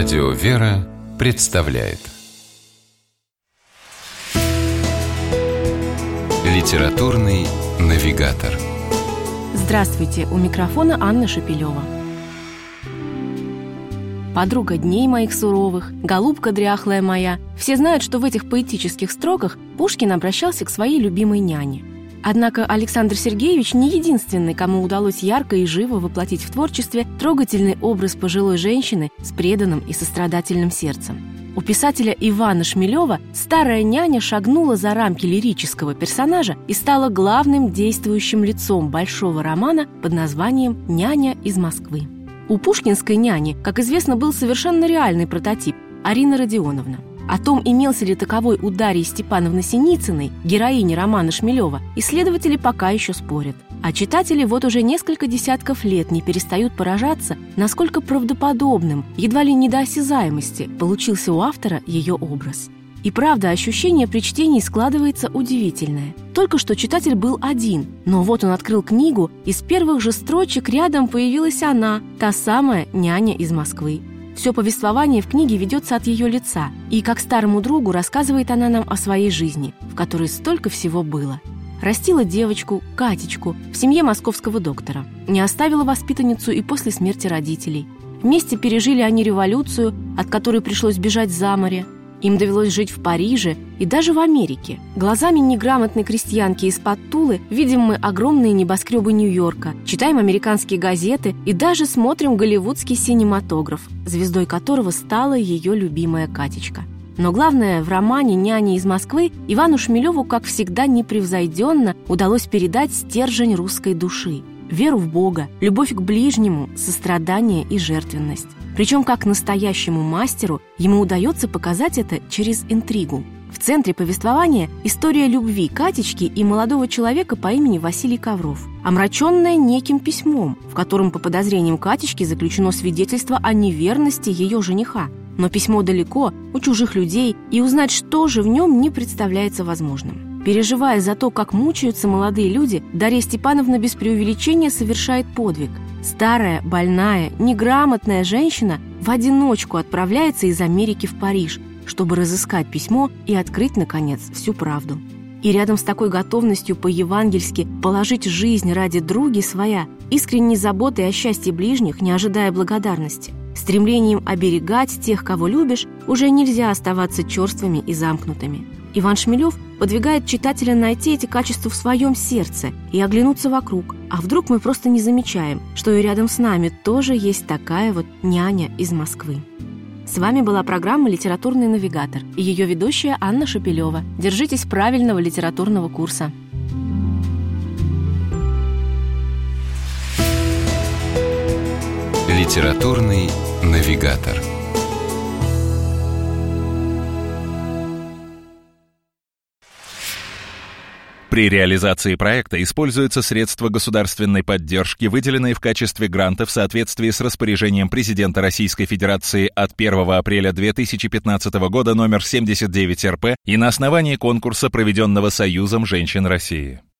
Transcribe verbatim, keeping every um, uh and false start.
Радио «Вера» представляет Литературный навигатор. Здравствуйте, у микрофона Анна Шепелева. Подруга дней моих суровых, голубка дряхлая моя. Все знают, что в этих поэтических строках Пушкин обращался к своей любимой няне. Однако Александр Сергеевич не единственный, кому удалось ярко и живо воплотить в творчестве трогательный образ пожилой женщины с преданным и сострадательным сердцем. У писателя Ивана Шмелева старая няня шагнула за рамки лирического персонажа и стала главным действующим лицом большого романа под названием «Няня из Москвы». У пушкинской няни, как известно, был совершенно реальный прототип – Арина Родионовна. О том, имелся ли таковой у Дарьи Степановны Синицыной, героини романа Шмелева, исследователи пока еще спорят. А читатели вот уже несколько десятков лет не перестают поражаться, насколько правдоподобным, едва ли не до осязаемости, получился у автора ее образ. И правда, ощущение при чтении складывается удивительное. Только что читатель был один, но вот он открыл книгу, и с первых же строчек рядом появилась она, та самая няня из Москвы. Все повествование в книге ведется от ее лица, и как старому другу рассказывает она нам о своей жизни, в которой столько всего было. Растила девочку, Катечку, в семье московского доктора. Не оставила воспитанницу и после смерти родителей. Вместе пережили они революцию, от которой пришлось бежать за море. Им довелось жить в Париже и даже в Америке. Глазами неграмотной крестьянки из-под Тулы видим мы огромные небоскребы Нью-Йорка, читаем американские газеты и даже смотрим голливудский синематограф, звездой которого стала ее любимая Катечка. Но главное, в романе «Няня из Москвы» Ивану Шмелеву, как всегда непревзойденно, удалось передать стержень русской души. Веру в Бога, любовь к ближнему, сострадание и жертвенность. Причем, как настоящему мастеру, ему удается показать это через интригу. В центре повествования история любви Катечки и молодого человека по имени Василий Ковров, омраченная неким письмом, в котором, по подозрениям Катечки, заключено свидетельство о неверности ее жениха. Но письмо далеко, у чужих людей, и узнать, что же в нем, не представляется возможным. Переживая за то, как мучаются молодые люди, Дарья Степановна без преувеличения совершает подвиг. Старая, больная, неграмотная женщина в одиночку отправляется из Америки в Париж, чтобы разыскать письмо и открыть, наконец, всю правду. И рядом с такой готовностью по-евангельски положить жизнь ради други своя, искренней заботой о счастье ближних, не ожидая благодарности, стремлением оберегать тех, кого любишь, уже нельзя оставаться черствыми и замкнутыми. Иван Шмелев подвигает читателя найти эти качества в своем сердце и оглянуться вокруг. А вдруг мы просто не замечаем, что и рядом с нами тоже есть такая вот няня из Москвы. С вами была программа «Литературный навигатор» и ее ведущая Анна Шепелева. Держитесь правильного литературного курса. Литературный навигатор. При реализации проекта используются средства государственной поддержки, выделенные в качестве гранта в соответствии с распоряжением президента Российской Федерации от первого апреля две тысячи пятнадцатого года номер семьдесят девять эр пэ и на основании конкурса, проведенного Союзом женщин России.